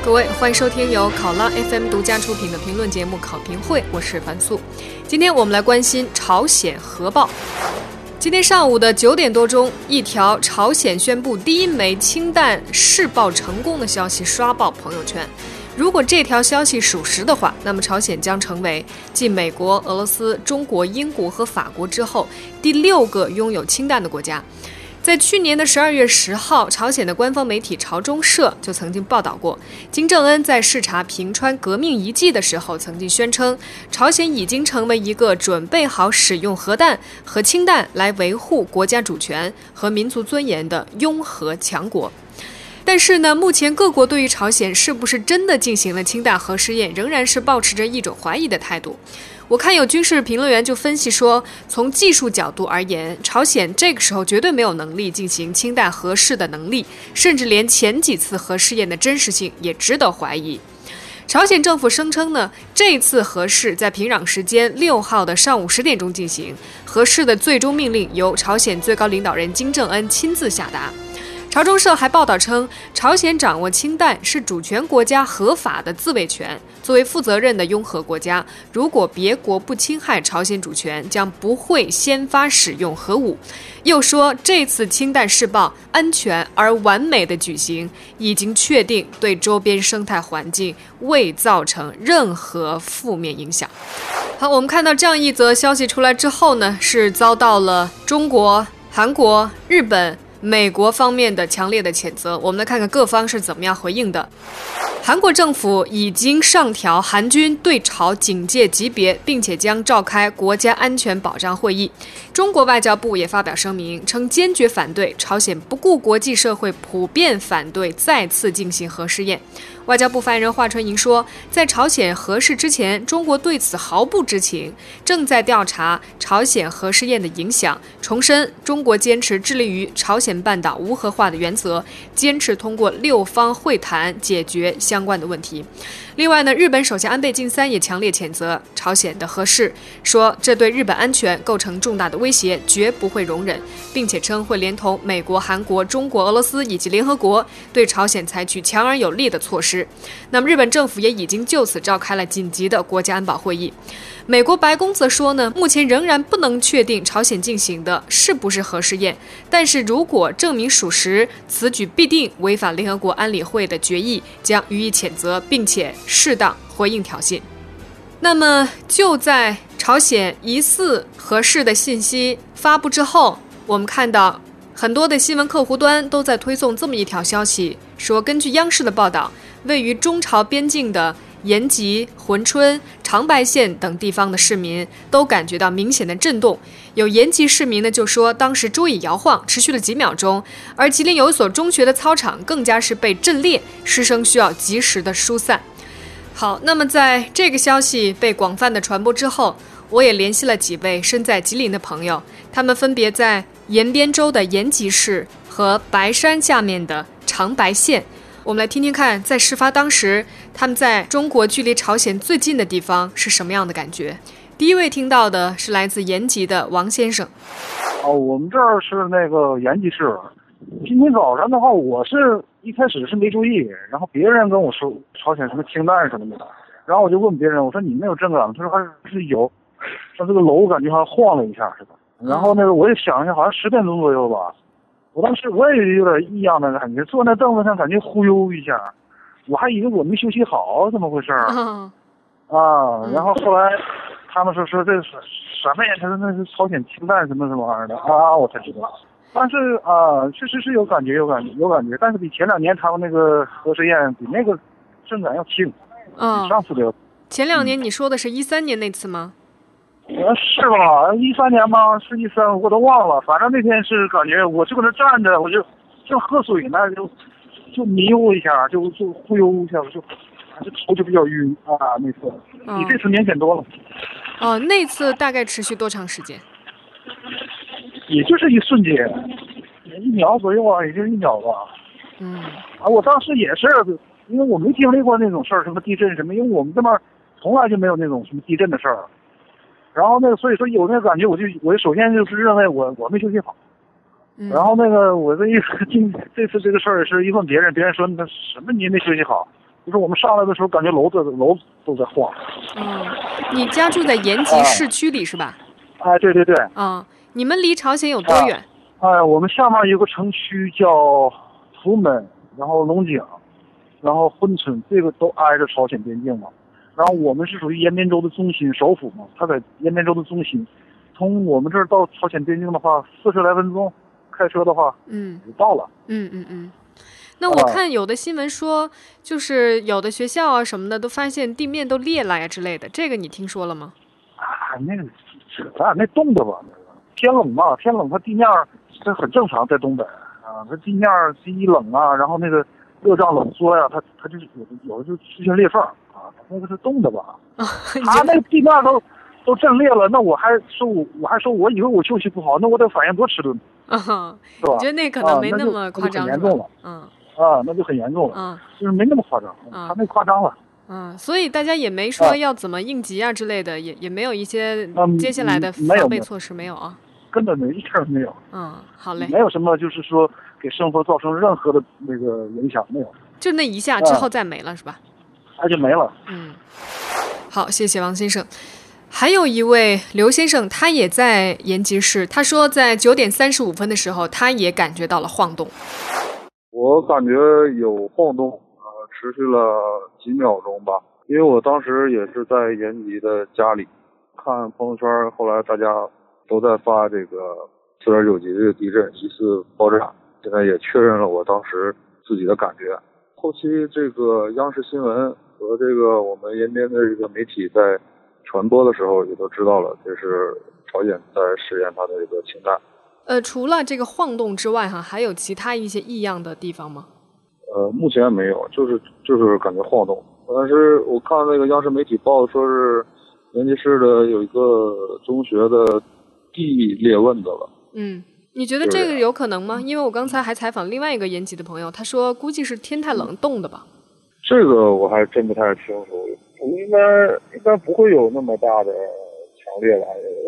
各位，欢迎收听由考拉 FM 独家出品的评论节目《考评会》，我是樊素。今天我们来关心朝鲜核爆。今天上午的9点多钟，一条朝鲜宣布第一枚氢弹试爆成功的消息刷爆朋友圈。如果这条消息属实的话，那么朝鲜将成为继美国、俄罗斯、中国、英国和法国之后第6个拥有氢弹的国家。在去年的12月10号，朝鲜的官方媒体朝中社就曾经报道过，金正恩在视察平川革命遗迹的时候，曾经宣称，朝鲜已经成为一个准备好使用核弹和氢弹来维护国家主权和民族尊严的拥核强国。但是呢，目前各国对于朝鲜是不是真的进行了氢弹核试验，仍然是抱持着一种怀疑的态度。我看有军事评论员就分析说，从技术角度而言，朝鲜这个时候绝对没有能力进行氢弹核试的能力，甚至连前几次核试验的真实性也值得怀疑。朝鲜政府声称呢，这次核试在平壤时间6号的上午10点钟进行，核试的最终命令由朝鲜最高领导人金正恩亲自下达。朝中社还报道称，朝鲜掌握氢弹是主权国家合法的自卫权。作为负责任的拥核国家，如果别国不侵害朝鲜主权，将不会先发使用核武。又说，这次氢弹试爆安全而完美的举行，已经确定对周边生态环境未造成任何负面影响。好，我们看到这样一则消息出来之后呢，是遭到了中国、韩国、日本、美国方面的强烈的谴责。我们来看看各方是怎么样回应的。韩国政府已经上调韩军对朝警戒级别，并且将召开国家安全保障会议。中国外交部也发表声明，称坚决反对朝鲜不顾国际社会普遍反对再次进行核试验。外交部发言人华春莹说，在朝鲜核试之前，中国对此毫不知情，正在调查朝鲜核试验的影响。重申中国坚持致力于朝鲜半岛无核化的原则，坚持通过6方会谈解决相关的问题。另外呢，日本首相安倍晋三也强烈谴责朝鲜的核试，说这对日本安全构成重大的威胁，绝不会容忍，并且称会连同美国、韩国、中国、俄罗斯以及联合国对朝鲜采取强而有力的措施。那么日本政府也已经就此召开了紧急的国家安保会议。美国白宫则说呢，目前仍然不能确定朝鲜进行的是不是核试验，但是如果证明属实，此举必定违反联合国安理会的决议，将予以谴责，并且适当回应挑衅。那么就在朝鲜疑似核试的信息发布之后，我们看到很多的新闻客户端都在推送这么一条消息，说根据央视的报道，位于中朝边境的延吉、珲春、长白县等地方的市民都感觉到明显的震动。有延吉市民呢就说，当时桌椅摇晃，持续了几秒钟，而吉林有一所中学的操场更加是被震裂，师生需要及时的疏散。好，那么在这个消息被广泛的传播之后，我也联系了几位身在吉林的朋友，他们分别在延边州的延吉市和白山下面的长白县。我们来听听看，在事发当时，他们在中国距离朝鲜最近的地方是什么样的感觉。第一位听到的是来自延吉的王先生。 我们这儿是那个延吉市。今天早上的话，我是一开始是没注意，然后别人跟我说朝鲜什么氢弹什么的，然后我就问别人，我说你没有震感吗？他说还是有，说这个楼感觉好像晃了一下似的。然后那个我也想一下，好像10点钟左右吧。我当时我也有点异样的感觉，坐那凳子上感觉忽悠一下，我还以为我没休息好，怎么回事然后后来他们说这是什么呀？他说那是朝鲜氢弹什么玩意儿的我才知道。但是确实是有感觉，但是比前2年他们那个核试验比那个震感要轻，比上次的。 前2年你说的是13年那次吗？ 是吧？13年吗？是13，我都忘了。反正那天是感觉我就搁那站着，我就正喝水呢，就迷糊一下，就忽悠一下，这头就比较晕那次比这次明显多了。 那次大概持续多长时间？ 也就是一瞬间，1秒左右也就1秒吧。我当时也是，因为我没经历过那种事儿，什么地震什么，因为我们这边从来就没有那种什么地震的事儿。然后所以说有那个感觉，我首先就是认为我没休息好。然后我这次这个事儿是一问别人，别人说那什么你没休息好， 就是我们上来的时候，感觉楼都在晃。 你家住在延吉市区里是吧？ 哎，对对对。 你们离朝鲜有多远？ 我们下面有个城区叫图门，然后龙井，然后珲春，这个都挨着朝鲜边境嘛。然后我们是属于延边州的中心，首府嘛，它在延边州的中心。从我们这儿到朝鲜边境的话，40来分钟，开车的话，就到了。 那我看有的新闻说，就是有的学校啊什么的都发现地面都裂了呀之类的，这个你听说了吗？ 那个咱俩那冻的吧，天冷嘛，天冷它地面这很正常，在东北啊，它地面一冷啊，然后那个热胀冷缩呀，它就是有的就出现裂缝啊，那个是冻的吧？它那个地面都震裂了，那我还说我以为我休息不好，那我得反应多迟钝，是吧？ 我觉得那可能没那么夸张， 那就很严重了。那就很严重了。就是没那么夸张，他那夸张了。 所以大家也没说要怎么应急啊之类的，也没有一些接下来的防备措施，没有啊？ 根本一点没有。 好嘞。 没有什么，就是说给生活造成任何的那个影响，没有。 就那一下之后再没了，是吧？ 就没了。 好，谢谢王先生。还有一位刘先生，他也在延吉市，他说在9点35分的时候，他也感觉到了晃动。 我感觉有晃动，持续了几秒钟吧。因为我当时也是在延吉的家里，看朋友圈，后来大家都在发这个4.9级的地震疑似爆炸，现在也确认了我当时自己的感觉。后期这个央视新闻和这个我们延边的这个媒体在传播的时候，也都知道了，这是朝鲜在实验它的这个氢弹。 除了这个晃动之外，还有其他一些异样的地方吗？ 目前没有，就是感觉晃动。但是我看那个央视媒体报说是延吉市的有一个中学的地裂纹的了。 你觉得这个有可能吗？因为我刚才还采访另外一个延吉的朋友，他说估计是天太冷冻的吧。 这个我还真不太清楚，我们应该不会有那么大的强烈吧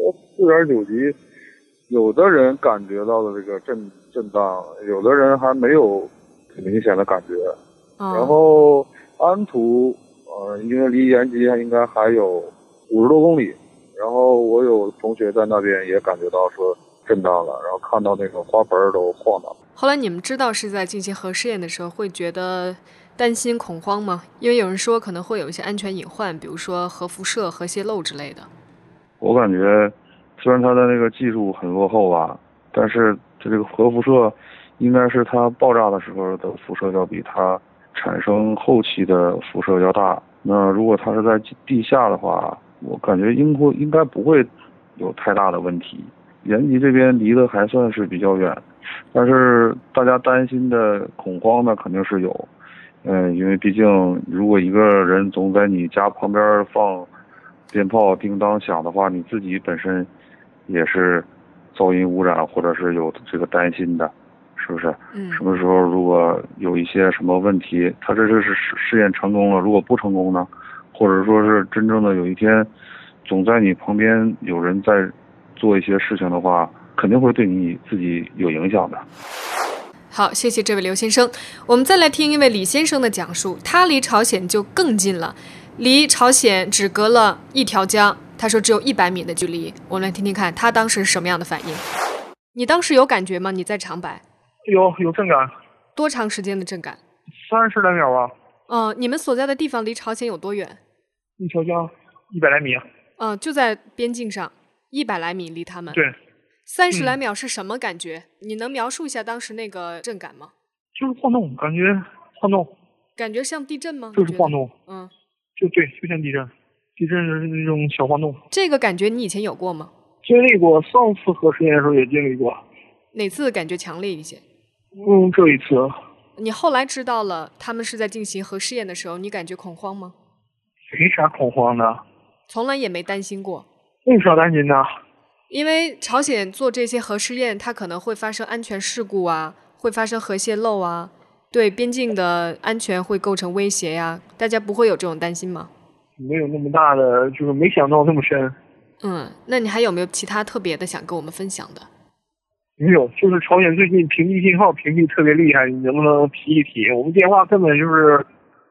？4.9级。有的人感觉到的这个震荡，有的人还没有明显的感觉。然后安图，因为离延吉应该还有50多公里，然后我有同学在那边也感觉到说震荡了，然后看到那个花盆都晃荡。 后来你们知道是在进行核试验的时候，会觉得担心恐慌吗？因为有人说可能会有一些安全隐患，比如说核辐射、核泄漏之类的。 我感觉虽然它的那个技术很落后吧，但是这个核辐射应该是它爆炸的时候的辐射要比它产生后期的辐射要大。那如果它是在地下的话，我感觉应该不会有太大的问题。延吉这边离得还算是比较远，但是大家担心的恐慌呢肯定是有。因为毕竟如果一个人总在你家旁边放鞭炮叮当响的话，你自己本身也是噪音污染或者是有这个担心的，是不是？什么时候如果有一些什么问题，他这是试验成功了，如果不成功呢？或者说是真正的有一天总在你旁边有人在做一些事情的话，肯定会对你自己有影响的。 好，谢谢这位刘先生。我们再来听一位李先生的讲述，他离朝鲜就更近了，离朝鲜只隔了一条江，他说只有100米的距离。我们来听听看他当时是什么样的反应。你当时有感觉吗？你在长白？ 有震感。 多长时间的震感 ？30来秒吧。 你们所在的地方离朝鲜有多远？ 一条江，100来米。 就在边境上，100来米离他们。 对。 30来秒是什么感觉？你能描述一下当时那个震感吗？ 就是晃动，感觉晃动。 感觉像地震吗？ 就是晃动。就像地震是那种小晃动。 这个感觉你以前有过吗？ 经历过，上次核实验的时候也经历过。 哪次感觉强烈一些？ 这一次。 你后来知道了他们是在进行核试验的时候，你感觉恐慌吗？ 没啥恐慌的。 从来也没担心过。 为啥担心呢？ 因为朝鲜做这些核试验，它可能会发生安全事故啊，会发生核泄漏啊，对边境的安全会构成威胁呀，大家不会有这种担心吗？ 没有那么大的，就是没想到那么深。 那你还有没有其他特别的想跟我们分享的？ 没有，就是朝鲜最近屏蔽信号屏蔽特别厉害，你能不能提一提？我们电话根本就是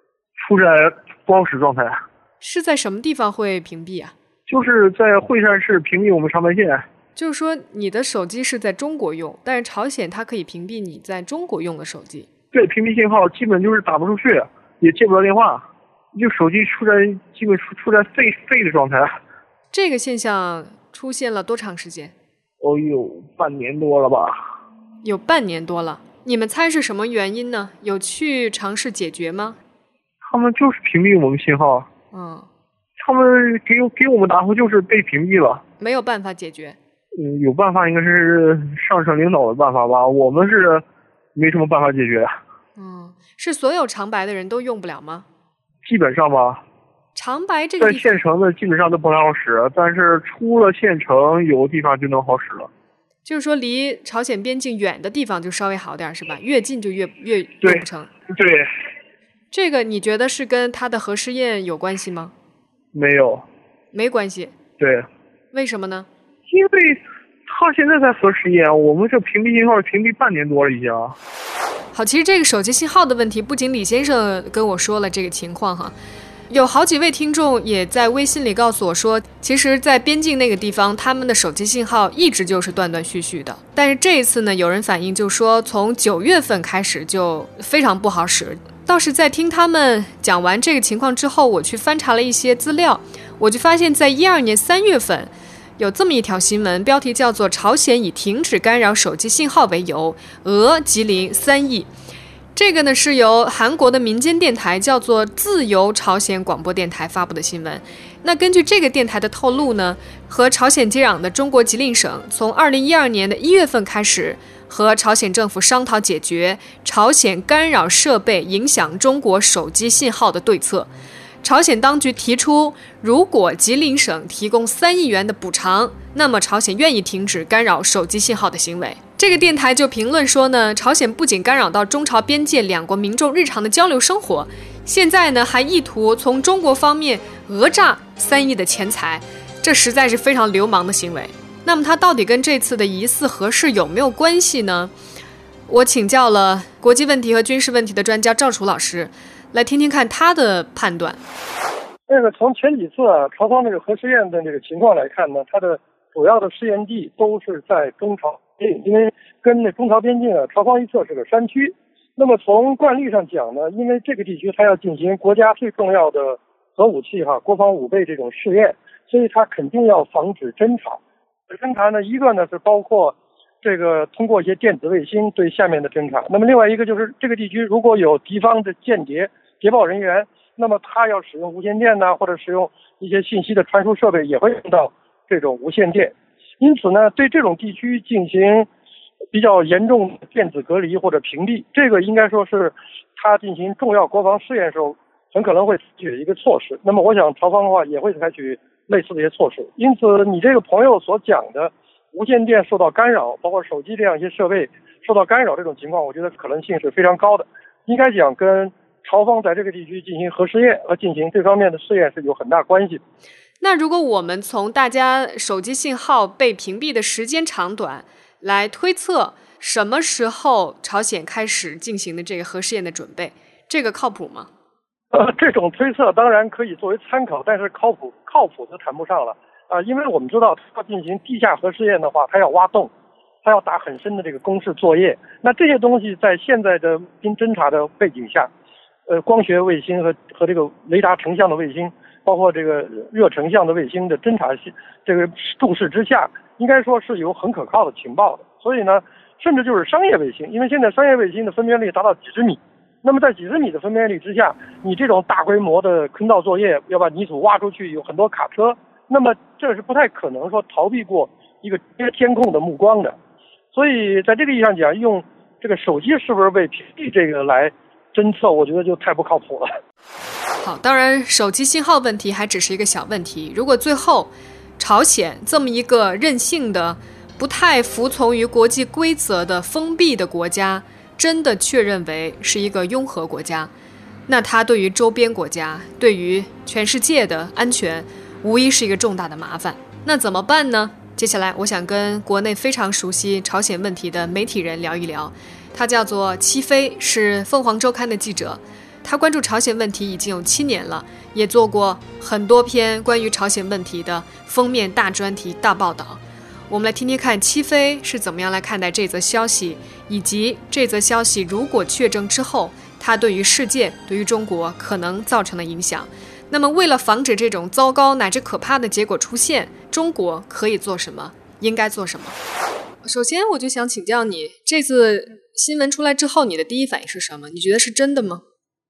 处在不好使状态。 是在什么地方会屏蔽啊？ 就是在惠山市屏蔽我们长白线。 就是说你的手机是在中国用，但是朝鲜它可以屏蔽你在中国用的手机。 对，屏蔽信号基本就是打不出去，也接不到电话，就手机基本处在废的状态。 这个现象出现了多长时间？ 有半年多了吧。 有半年多了。你们猜是什么原因呢？有去尝试解决吗？ 他们就是屏蔽我们信号。他们给我们答复就是被屏蔽了， 没有办法解决。 有办法应该是上层领导的办法吧，我们是没什么办法解决。 是所有长白的人都用不了吗？ 基本上吧。 长白这个在县城的基本上都不太好使，但是出了县城有的地方就能好使了。 就是说离朝鲜边境远的地方就稍微好点是吧？越近就越用不成。 对。 这个你觉得是跟他的核试验有关系吗？ 没有。 没关系。 对。 为什么呢？ 因为他现在在核试验，我们这屏蔽信号屏蔽半年多了已经。 好，其实这个手机信号的问题，不仅李先生跟我说了这个情况哈，有好几位听众也在微信里告诉我说，其实在边境那个地方他们的手机信号一直就是断断续续的，但是这一次呢，有人反映就说从9月份开始就非常不好使。倒是在听他们讲完这个情况之后，我去翻查了一些资料，我就发现在2012年3月份有这么一条新闻，标题叫做朝鲜以停止干扰手机信号为由讹吉林3亿。这个呢是由韩国的民间电台叫做自由朝鲜广播电台发布的新闻。那根据这个电台的透露呢，和朝鲜接壤的中国吉林省从2012年的1月份开始和朝鲜政府商讨解决朝鲜干扰设备影响中国手机信号的对策。朝鲜当局提出，如果吉林省提供3亿元的补偿，那么朝鲜愿意停止干扰手机信号的行为。这个电台就评论说呢，朝鲜不仅干扰到中朝边界两国民众日常的交流生活，现在呢还意图从中国方面讹诈3亿的钱财，这实在是非常流氓的行为。那么它到底跟这次的疑似核试有没有关系呢？我请教了国际问题和军事问题的专家赵楚老师，来听听看他的判断。 从前几次朝方这个核试验的这个情况来看呢，它的主要的试验地都是在中朝边境，因为跟那中朝边境朝方一侧是个山区。那么从惯例上讲呢，因为这个地区它要进行国家最重要的核武器国防武备这种试验，所以它肯定要防止侦察。侦察呢，一个呢是包括这个通过一些电子卫星对下面的侦察，那么另外一个就是这个地区如果有敌方的间谍谍报人员，那么他要使用无线电或者使用一些信息的传输设备，也会用到这种无线电。因此呢，对这种地区进行比较严重的电子隔离或者屏蔽，这个应该说是他进行重要国防试验时候很可能会采取的一个措施。那么我想朝方的话也会采取类似的一些措施。因此你这个朋友所讲的无线电受到干扰，包括手机这样一些设备受到干扰这种情况，我觉得可能性是非常高的。应该讲跟朝方在这个地区进行核试验和进行这方面的试验是有很大关系的。 那如果我们从大家手机信号被屏蔽的时间长短来推测什么时候朝鲜开始进行的这个核试验的准备，这个靠谱吗？ 这种推测当然可以作为参考，但是靠谱就谈不上了。因为我们知道要进行地下核试验的话，它要挖洞，它要打很深的这个工事作业。那这些东西在现在的侦察的背景下，光学卫星和这个雷达成像的卫星，包括这个热成像的卫星的侦察这个注视之下，应该说是有很可靠的情报的。所以呢，甚至就是商业卫星，因为现在商业卫星的分辨率达到几十米，那么在几十米的分辨率之下，你这种大规模的坑道作业，要把泥土挖出去，有很多卡车，那么这是不太可能说逃避过一个监控的目光的。所以在这个意义上讲，用这个手机是不是被屏蔽这个来侦测，我觉得就太不靠谱了。 好，当然手机信号问题还只是一个小问题，如果最后朝鲜这么一个任性的不太服从于国际规则的封闭的国家真的确认为是一个拥核国家，那它对于周边国家，对于全世界的安全无疑是一个重大的麻烦。那怎么办呢？接下来我想跟国内非常熟悉朝鲜问题的媒体人聊一聊，他叫做戚飞，是凤凰周刊的记者。 他关注朝鲜问题已经有7年了，也做过很多篇关于朝鲜问题的封面大专题、大报道。我们来听听看戚飞是怎么样来看待这则消息，以及这则消息如果确证之后，它对于世界、对于中国可能造成的影响。那么为了防止这种糟糕乃至可怕的结果出现，中国可以做什么？应该做什么？首先我就想请教你，这次新闻出来之后，你的第一反应是什么？你觉得是真的吗？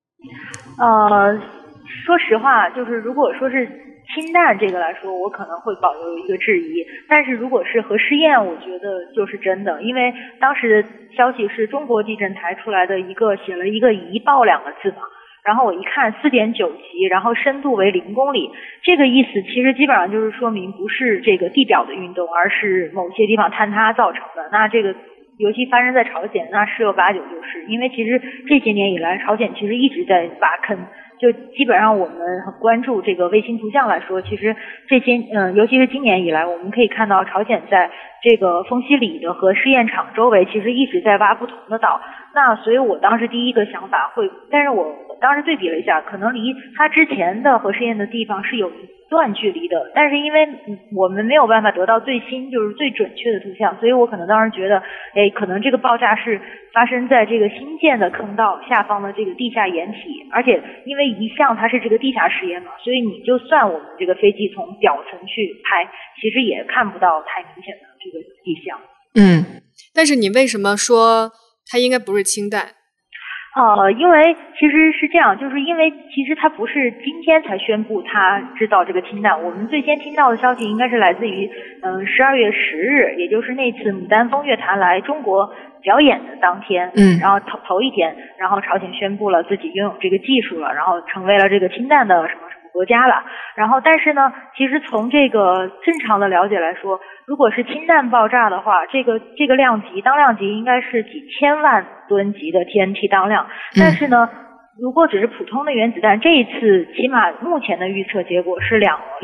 说实话，就是如果说是氢弹这个来说，我可能会保留一个质疑。但是如果是核试验，我觉得就是真的，因为当时的消息是中国地震台出来的写了一个疑爆2个字嘛。然后我一看4.9级，然后深度为0公里，这个意思其实基本上就是说明不是这个地表的运动，而是某些地方坍塌造成的。那这个尤其发生在朝鲜，那十有八九就是因为其实这些年以来，朝鲜其实一直在挖坑。就基本上我们很关注这个卫星图像来说，其实这些尤其是今年以来，我们可以看到朝鲜在这个丰溪里的核试验场周围其实一直在挖不同的岛。那所以我当时第一个想法但是我当时对比了一下，可能离它之前的核试验的地方是有一段距离的，但是因为我们没有办法得到最新就是最准确的图像，所以我可能当时觉得可能这个爆炸是发生在这个新建的坑道下方的这个地下掩体，而且因为一向它是这个地下实验嘛，所以你就算我们这个飞机从表层去拍，其实也看不到太明显的这个迹象。 但是你为什么说它应该不是氢弹？ 因为其实是这样，就是因为其实它不是今天才宣布它制造这个氢弹，我们最先听到的消息应该是来自于12月10日，也就是那次牡丹峰乐坛来中国表演的当天，然后头一天，然后朝鲜宣布了自己拥有这个技术了，然后成为了这个氢弹的什么国家了。然后但是呢，其实从这个正常的了解来说，如果是氢弹爆炸的话，这个量级当量级应该是几千万吨级的 TNT 当量。但是呢，如果只是普通的原子弹，这一次起码目前的预测结果是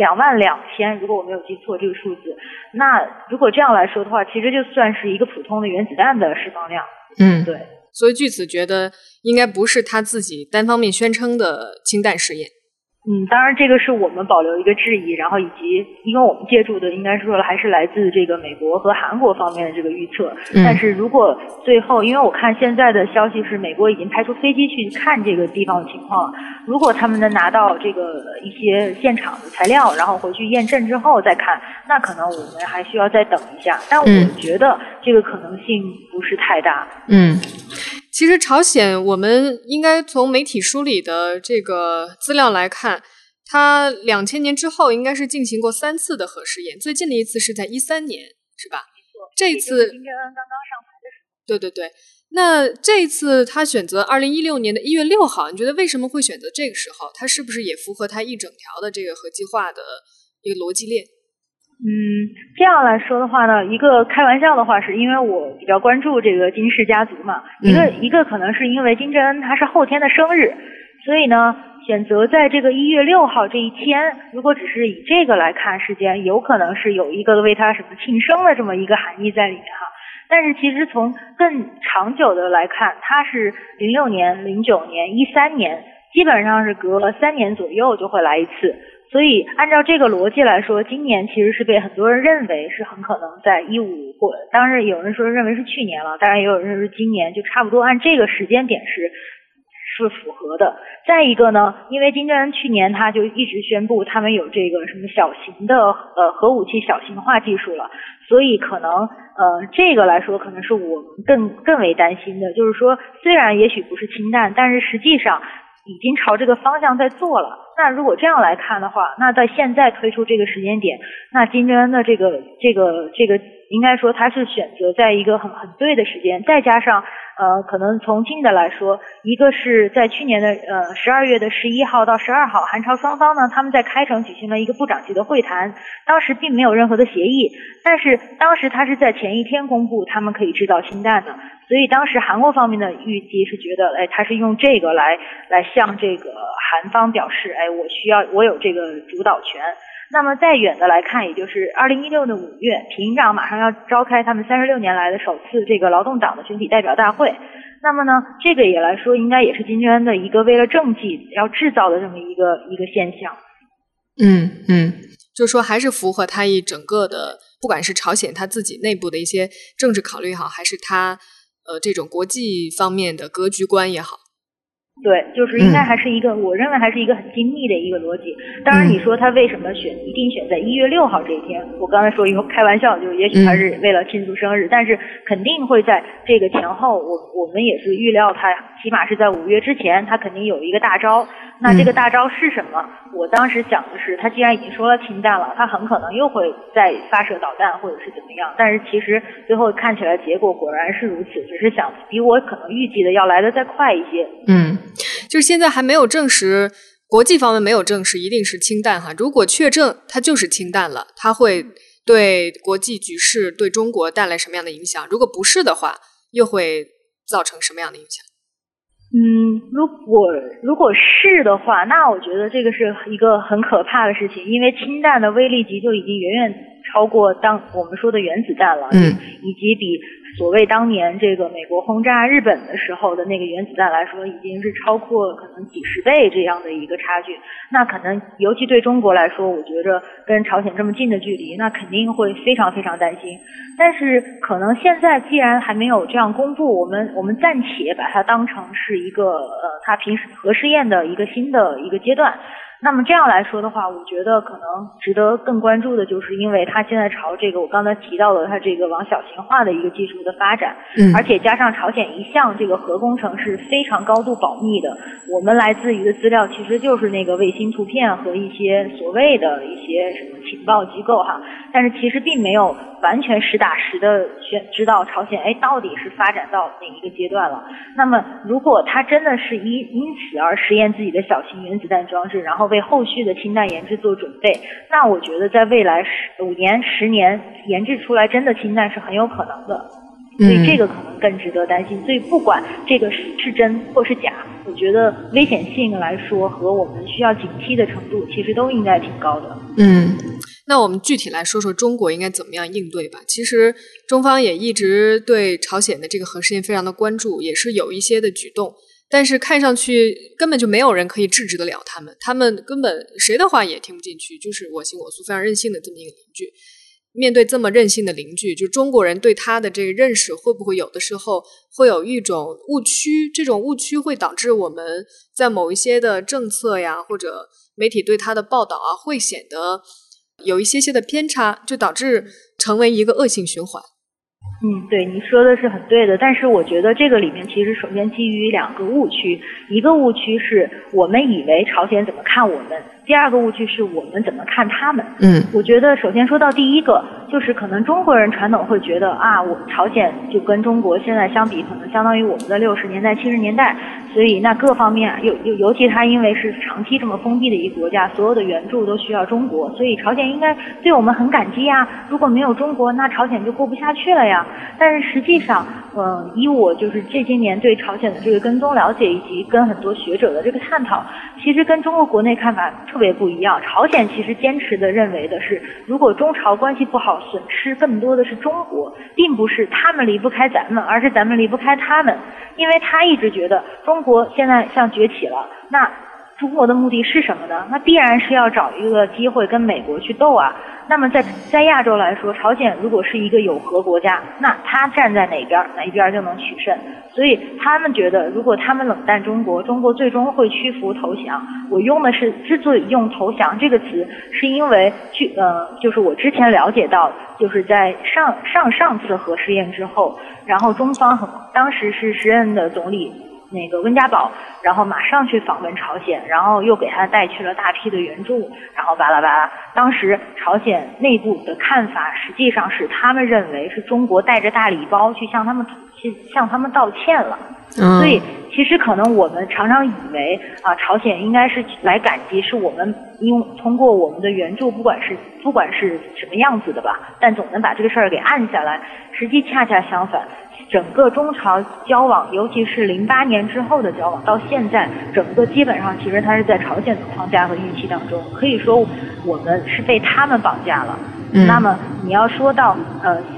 22000，如果我没有记错这个数字。那如果这样来说的话，其实就算是一个普通的原子弹的释放量。对。 所以据此觉得应该不是他自己单方面宣称的氢弹试验。 当然这个是我们保留一个质疑，然后以及因为我们借助的应该说还是来自这个美国和韩国方面的这个预测。但是如果最后，因为我看现在的消息是美国已经派出飞机去看这个地方的情况，如果他们能拿到这个一些现场的材料，然后回去验证之后再看，那可能我们还需要再等一下。但我觉得这个可能性不是太大。 其实朝鲜我们应该从媒体梳理的这个资料来看，它2000年之后应该是进行过3次的核试验，最近的一次是在13年，是吧？ 没错， 这次金正恩刚刚上台的时对。 候。 那这一次他选择2016年的1月6号，你觉得为什么会选择这个时候？他是不是也符合他一整条的这个核计划的一个逻辑链？ 这样来说的话呢，一个开玩笑的话，是因为我比较关注这个金氏家族嘛，一个可能是因为金正恩他是后天的生日，所以呢选择在这个1月6号这一天，如果只是以这个来看时间，有可能是有一个为他什么庆生的这么一个含义在里面哈。但是其实从更长久的来看，他是06年、09年、13年，基本上是隔了3年左右就会来一次。所以按照这个逻辑来说，今年其实是被很多人认为是很可能在15或当然有人说认为是去年了，当然也有人认为是今年，就差不多按这个时间点是符合的。再一个呢，因为金正恩去年他就一直宣布他们有这个什么小型的核武器小型化技术了，所以可能这个来说可能是我们更为担心的，就是说虽然也许不是氢弹，但是实际上已经朝这个方向在做了。那如果这样来看的话，那在现在推出这个时间点，那金正恩的这个应该说他是选择在一个很对的时间，再加上可能从近的来说，一个是在去年的12月的11号到12号，韩朝双方呢他们在开城举行了一个部长级的会谈，当时并没有任何的协议，但是当时他是在前一天公布他们可以制造氢弹的，所以当时韩国方面的预计是觉得他是用这个来向这个韩方表示我有这个主导权。那么再远的来看，也就是2016的5月，平壤马上要召开他们36年来的首次这个劳动党的全体代表大会。 那么呢，这个也来说，应该也是金正恩的一个为了政绩要制造的这么一个现象。 就是说还是符合他一整个的，不管是朝鲜他自己内部的一些政治考虑也好，还是他这种国际方面的格局观也好。 对，就是应该还是一个，我认为还是一个很精密的一个逻辑。当然，你说他为什么一定选在1月6号这一天？我刚才说以后开玩笑，就是也许他是为了庆祝生日，但是肯定会在这个前后，我们也是预料他起码是在5月之前，他肯定有一个大招。那这个大招是什么？我当时想的是，他既然已经说了氢弹了，他很可能又会再发射导弹或者是怎么样。但是其实最后看起来结果果然是如此，只是想比我可能预计的要来得再快一些。 就是现在还没有证实，国际方面没有证实一定是氢弹哈。如果确证它就是氢弹了，它会对国际局势对中国带来什么样的影响？如果不是的话，又会造成什么样的影响？ 如果是的话，那我觉得这个是一个很可怕的事情，因为氢弹的威力级就已经远远超过我们说的原子弹了，以及比所谓当年这个美国轰炸日本的时候的那个原子弹来说，已经是超过可能几十倍这样的一个差距。那可能尤其对中国来说，我觉着跟朝鲜这么近的距离，那肯定会非常非常担心。但是可能现在既然还没有这样公布，我们暂且把它当成是一个它平时核试验的一个新的一个阶段。那么这样来说的话，我觉得可能值得更关注的就是，因为它现在朝这个我刚才提到的它这个往小型化的一个技术的发展，而且加上朝鲜一向这个核工程是非常高度保密的，我们来自于的资料其实就是那个卫星图片和一些所谓的一些什么情报机构哈，但是其实并没有完全实打实的知道朝鲜到底是发展到哪一个阶段了。那么如果它真的是因此而实验自己的小型原子弹装置，然后为后续的氢弹研制做准备，那我觉得在未来5年、10年研制出来真的氢弹是很有可能的，所以这个可能更值得担心。所以不管这个是真或是假，我觉得危险性来说和我们需要警惕的程度其实都应该挺高的。 那我们具体来说说中国应该怎么样应对吧。其实中方也一直对朝鲜的这个核试验非常的关注，也是有一些的举动，但是看上去根本就没有人可以制止得了他们，他们根本谁的话也听不进去，就是我行我素非常任性的这么一个邻居。面对这么任性的邻居，就中国人对他的这个认识会不会有的时候会有一种误区，这种误区会导致我们在某一些的政策呀或者媒体对他的报道啊会显得有一些的偏差，就导致成为一个恶性循环。 对，你说的是很对的，但是我觉得这个里面其实首先基于2个误区，一个误区是我们以为朝鲜怎么看我们，第二个误区是我们怎么看他们。我觉得首先说到第一个，就是可能中国人传统会觉得我朝鲜就跟中国现在相比，可能相当于我们的60年代、70年代，所以那各方面尤其它因为是长期这么封闭的一个国家，所有的援助都需要中国，所以朝鲜应该对我们很感激呀。如果没有中国，那朝鲜就过不下去了呀。但是实际上，以我就是这些年对朝鲜的这个跟踪了解，以及跟很多学者的这个探讨，其实跟中国国内看法特别不一样。朝鲜其实坚持的认为的是，如果中朝关系不好，损失更多的是中国，并不是他们离不开咱们，而是咱们离不开他们。因为他一直觉得中国现在像崛起了，那中国的目的是什么呢？那必然是要找一个机会跟美国去斗啊。那么在亚洲来说，朝鲜如果是一个有核国家，那他站在哪一边就能取胜。所以他们觉得，如果他们冷淡中国，中国最终会屈服投降。我用的是之所以用投降这个词，是因为就是我之前了解到，就是在上次核试验之后，然后中方当时是时任的总理那个温家宝，然后马上去访问朝鲜，然后又给他带去了大批的援助，然后巴拉巴拉。当时朝鲜内部的看法实际上是他们认为是中国带着大礼包去向他们道歉了。所以其实可能我们常常以为朝鲜应该是来感激，是我们通过我们的援助，不管是什么样子的吧，但总能把这个事儿给按下来。实际恰恰相反，整个中朝交往，尤其是08年之后的交往，到现在整个基本上其实它是在朝鲜的框架和预期当中，可以说我们是被他们绑架了。那么你要说到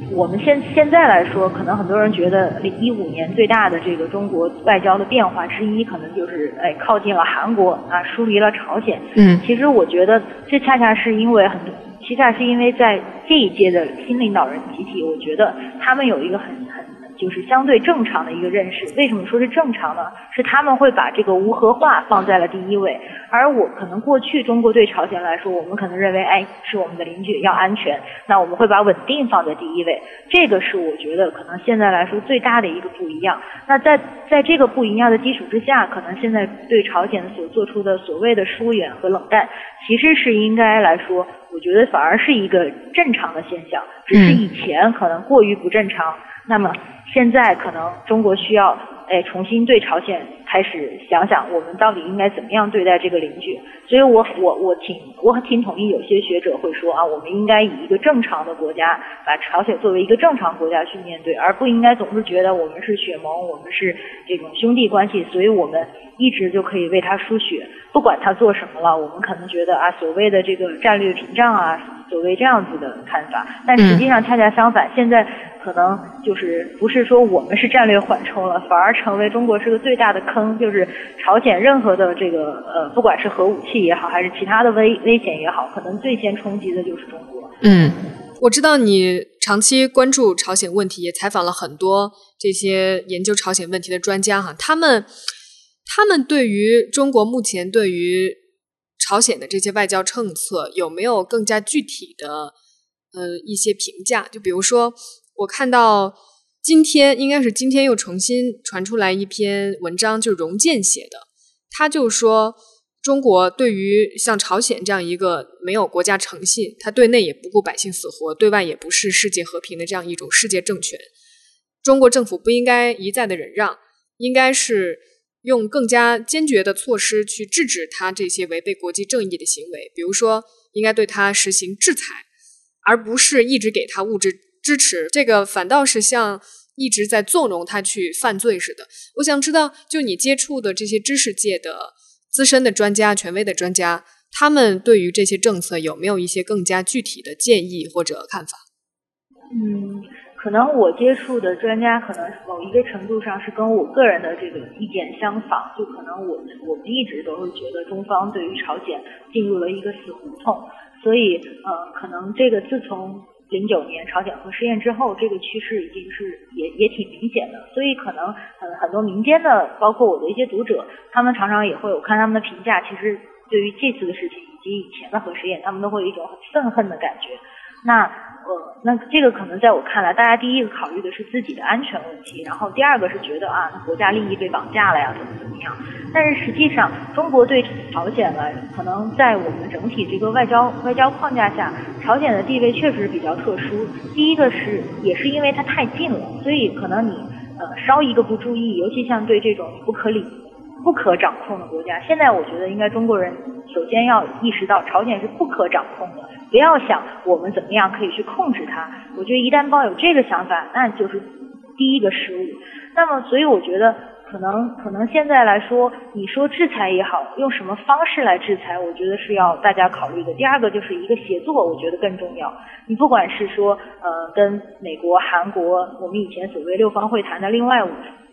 我们现在来说，可能很多人觉得2015年最大的这个中国外交的变化之一，可能就是靠近了韩国啊，疏离了朝鲜。其实我觉得这恰恰是因为在这一届的新领导人集体，我觉得他们有一个很就是相对正常的一个认识。为什么说是正常呢？是他们会把这个无核化放在了第一位，而我可能过去中国对朝鲜来说，我们可能认为是我们的邻居要安全，那我们会把稳定放在第一位。这个是我觉得可能现在来说最大的一个不一样。那在这个不一样的基础之下，可能现在对朝鲜所做出的所谓的疏远和冷淡，其实是应该来说，我觉得反而是一个正常的现象，只是以前可能过于不正常。那么现在可能中国需要重新对朝鲜开始想想，我们到底应该怎么样对待这个邻居。所以我挺同意有些学者会说啊，我们应该以一个正常的国家，把朝鲜作为一个正常国家去面对，而不应该总是觉得我们是血盟，我们是这种兄弟关系，所以我们一直就可以为他输血，不管他做什么了，我们可能觉得啊，所谓的这个战略屏障啊，所谓这样子的看法。但实际上恰恰相反，现在可能就是不是说我们是战略缓冲了，反而成为中国是个最大的坑，就是朝鲜任何的这个不管是核武器也好，还是其他的危险也好，可能最先冲击的就是中国。 我知道你长期关注朝鲜问题，也采访了很多这些研究朝鲜问题的专家哈，他们对于中国目前对于朝鲜的这些外交政策有没有更加具体的一些评价？就比如说我看到今天又重新传出来一篇文章，就是荣建写的，他就说中国对于像朝鲜这样一个没有国家诚信，他对内也不顾百姓死活，对外也不是世界和平的这样一种世界政权，中国政府不应该一再的忍让，应该是用更加坚决的措施去制止他这些违背国际正义的行为，比如说应该对他实行制裁，而不是一直给他物质支持，这个反倒是像一直在纵容他去犯罪似的。我想知道，就你接触的这些知识界的资深的专家、权威的专家，他们对于这些政策有没有一些更加具体的建议或者看法？ 可能我接触的专家可能某一个程度上是跟我个人的这个意见相仿，就可能我们一直都是觉得中方对于朝鲜进入了一个死胡同，所以可能这个自从09年朝鲜核试验之后，这个趋势已经是也挺明显的，所以可能很多民间的，包括我的一些读者，他们常常也会有看他们的评价，其实对于这次的事情以及以前的核试验，他们都会有一种很愤恨的感觉。那这个可能在我看来，大家第一个考虑的是自己的安全问题，然后第二个是觉得啊，国家利益被绑架了呀，怎么样？但是实际上，中国对朝鲜呢，可能在我们整体这个外交框架下，朝鲜的地位确实比较特殊。第一个也是因为它太近了，所以可能你稍一个不注意，尤其像对这种不可掌控的国家，现在我觉得应该中国人首先要意识到朝鲜是不可掌控的，不要想我们怎么样可以去控制它。我觉得一旦抱有这个想法，那就是第一个失误。那么所以我觉得可能现在来说，你说制裁也好，用什么方式来制裁，我觉得是要大家考虑的。第二个就是一个协作，我觉得更重要。你不管是说跟美国、韩国，我们以前所谓六方会谈的另外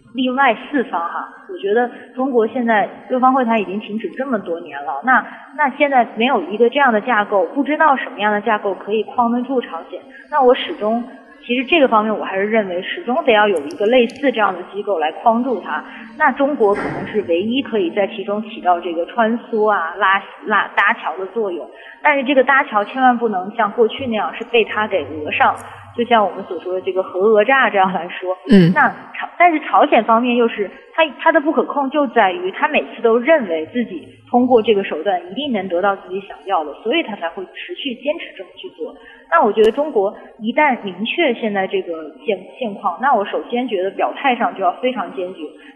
4方哈，我觉得中国现在六方会谈已经停止这么多年了，那现在没有一个这样的架构，不知道什么样的架构可以框得住朝鲜。那我其实这个方面我还是认为始终得要有一个类似这样的机构来框住它。那中国可能是唯一可以在其中起到这个穿梭啊、搭桥的作用，但是这个搭桥千万不能像过去那样是被它给讹上。就像我们所说的这个核讹诈这样来说，但是朝鲜方面又是它的不可控就在于他每次都认为自己通过这个手段一定能得到自己想要的，所以他才会持续坚持这么去做。那我觉得中国一旦明确现在这个现况，那我首先觉得表态上就要非常坚决。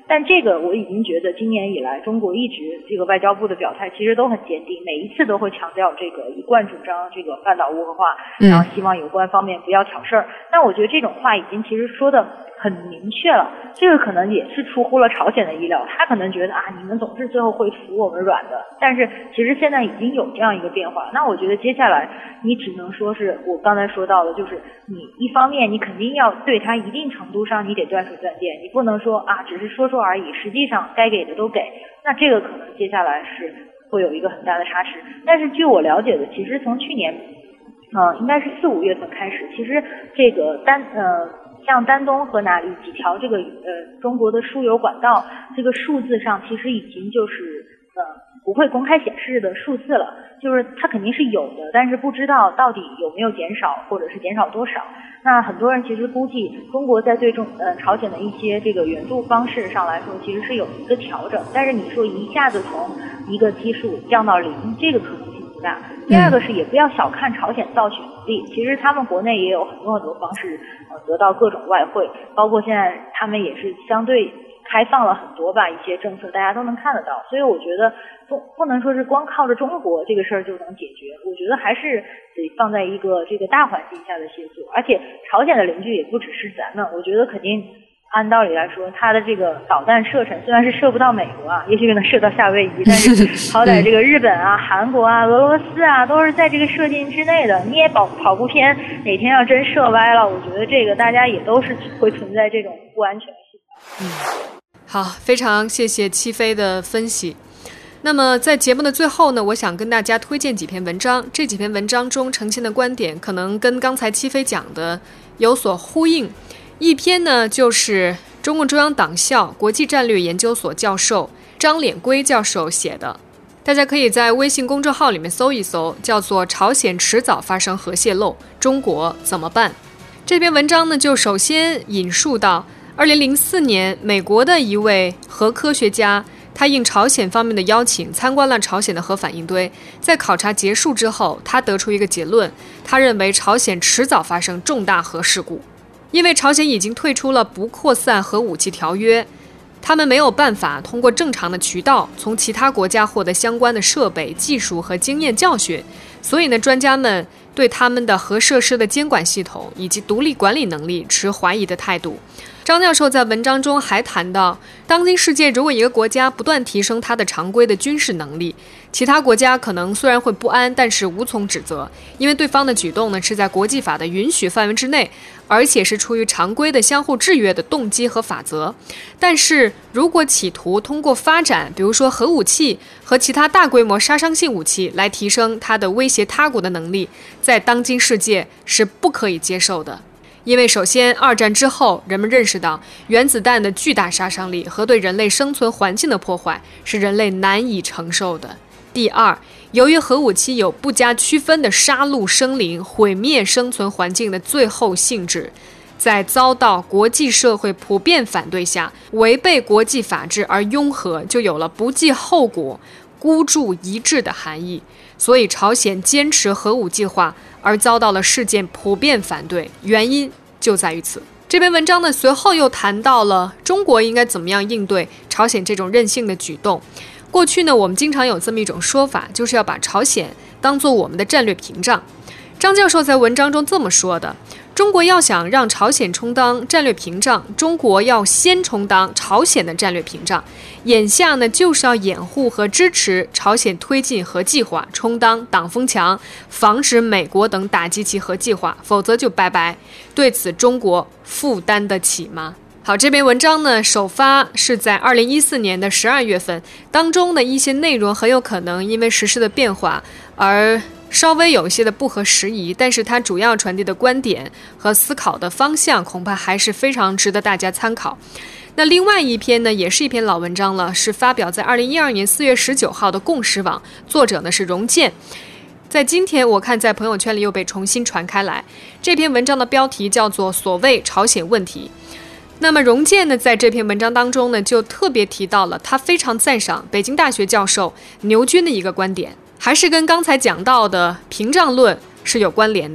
但这个我已经觉得今年以来中国一直这个外交部的表态其实都很坚定，每一次都会强调这个一贯主张这个半岛无核化，然后希望有关方面不要挑事儿。但我觉得这种话已经其实说的很明确了，这个可能也是出乎了朝鲜的意料，他可能觉得你们总是最后会服我们软的，但是其实现在已经有这样一个变化。那我觉得接下来你只能说是我刚才说到的，就是你一方面你肯定要对他一定程度上你得断水断电，你不能说只是说说而已，实际上该给的都给，那这个可能接下来是会有一个很大的差池。但是据我了解的，其实从去年应该是4、5月份开始，其实这个像丹东和哪里几条这个中国的输油管道，这个数字上其实已经就是不会公开显示的数字了，就是它肯定是有的，但是不知道到底有没有减少，或者是减少多少。那很多人其实估计中国在对朝鲜的一些这个援助方式上来说，其实是有一个调整，但是你说一下子从一个基数降到0，这个可能性不大。第二个是也不要小看朝鲜造血能力，其实他们国内也有很多方式得到各种外汇，包括现在他们也是相对开放了很多吧，一些政策大家都能看得到。所以我觉得不能说是光靠着中国这个事儿就能解决，我觉得还是得放在一个这个大环境下的协作。而且朝鲜的邻居也不只是咱们，我觉得肯定按道理来说，它的这个导弹射程虽然是射不到美国也许能射到夏威夷，但是好歹这个日本韩国俄罗斯都是在这个射境之内的，你也跑不偏，哪天要真射歪了，我觉得这个大家也都是会存在这种不安全性。 好，非常谢谢七飞的分析。那么在节目的最后呢，我想跟大家推荐几篇文章，这几篇文章中呈现的观点可能跟刚才七飞讲的有所呼应。一篇呢就是中共中央党校国际战略研究所教授张敛圭教授写的，大家可以在微信公众号里面搜一搜，叫做朝鲜迟早发生核泄漏，中国怎么办。这篇文章呢就首先引述到2004年美国的一位核科学家，他应朝鲜方面的邀请参观了朝鲜的核反应堆，在考察结束之后，他得出一个结论，他认为朝鲜迟早发生重大核事故。因为朝鲜已经退出了不扩散核武器条约，他们没有办法通过正常的渠道从其他国家获得相关的设备、技术和经验教训，所以呢，专家们对他们的核设施的监管系统以及独立管理能力持怀疑的态度。张教授在文章中还谈到，当今世界如果一个国家不断提升它的常规的军事能力，其他国家可能虽然会不安，但是无从指责，因为对方的举动呢是在国际法的允许范围之内，而且是出于常规的相互制约的动机和法则。但是如果企图通过发展比如说核武器和其他大规模杀伤性武器来提升它的威胁他国的能力，在当今世界是不可以接受的。因为首先2战之后，人们认识到原子弹的巨大杀伤力和对人类生存环境的破坏是人类难以承受的。第二，由于核武器有不加区分的杀戮生灵、毁灭生存环境的最后性质，在遭到国际社会普遍反对下，违背国际法治而拥核，就有了不计后果、孤注一掷的含义。所以朝鲜坚持核武计划而遭到了世界普遍反对，原因就在于此。这篇文章呢，随后又谈到了中国应该怎么样应对朝鲜这种任性的举动。过去呢，我们经常有这么一种说法，就是要把朝鲜当作我们的战略屏障。张教授在文章中这么说的：中国要想让朝鲜充当战略屏障，中国要先充当朝鲜的战略屏障。眼下呢，就是要掩护和支持朝鲜推进核计划，充当挡风墙，防止美国等打击其核计划，否则就拜拜。对此，中国负担得起吗？好，这篇文章呢，首发是在2014年的12月份，当中的一些内容很有可能因为时事的变化而稍微有一些的不合时宜，但是它主要传递的观点和思考的方向恐怕还是非常值得大家参考。那另外一篇呢，也是一篇老文章了，是发表在2012年4月19号的共识网，作者呢是荣建。在今天我看在朋友圈里又被重新传开来。这篇文章的标题叫做所谓朝鲜问题。那么荣建呢，在这篇文章当中呢，就特别提到了他非常赞赏北京大学教授牛军的一个观点，还是跟刚才讲到的屏障论是有关联的。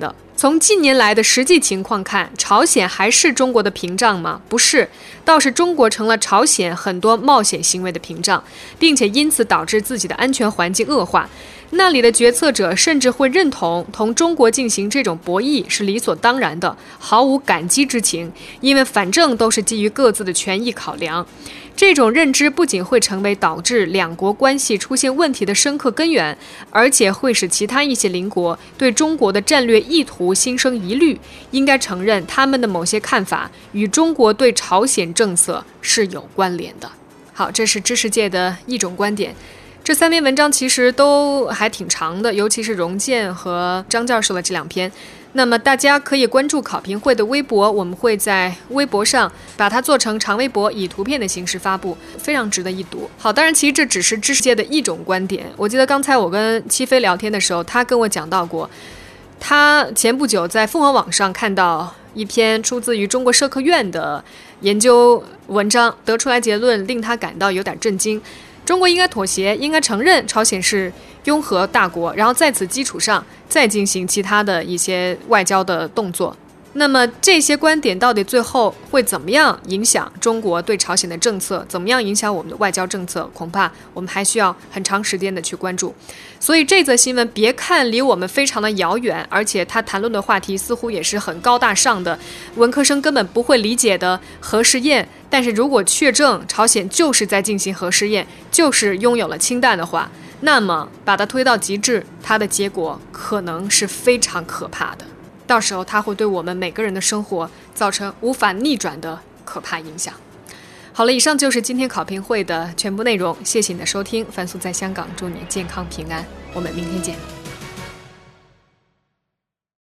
从近年来的实际情况看，朝鲜还是中国的屏障吗？不是，倒是中国成了朝鲜很多冒险行为的屏障，并且因此导致自己的安全环境恶化。那里的决策者甚至会认同同中国进行这种博弈是理所当然的，毫无感激之情，因为反正都是基于各自的权益考量。这种认知不仅会成为导致两国关系出现问题的深刻根源，而且会使其他一些邻国对中国的战略意图心生疑虑，应该承认他们的某些看法与中国对朝鲜政策是有关联的。好，这是知识界的一种观点。这3篇文章其实都还挺长的，尤其是荣建和张教授的这2篇。那么大家可以关注考评会的微博，我们会在微博上把它做成长微博，以图片的形式发布，非常值得一读。好，当然其实这只是知识界的一种观点。我记得刚才我跟七飞聊天的时候，他跟我讲到过，他前不久在凤凰网上看到一篇出自于中国社科院的研究文章，得出来结论令他感到有点震惊。中国应该妥协，应该承认朝鲜是拥核大国，然后在此基础上再进行其他的一些外交的动作。那么这些观点到底最后会怎么样影响中国对朝鲜的政策，怎么样影响我们的外交政策，恐怕我们还需要很长时间的去关注。所以这则新闻别看离我们非常的遥远，而且他谈论的话题似乎也是很高大上的，文科生根本不会理解的核试验，但是如果确证朝鲜就是在进行核试验，就是拥有了氢弹的话，那么把它推到极致，它的结果可能是非常可怕的。到时候它会对我们每个人的生活造成无法逆转的可怕影响。好了，以上就是今天考评会的全部内容，谢谢你的收听。凡素在香港，祝你健康平安，我们明天见。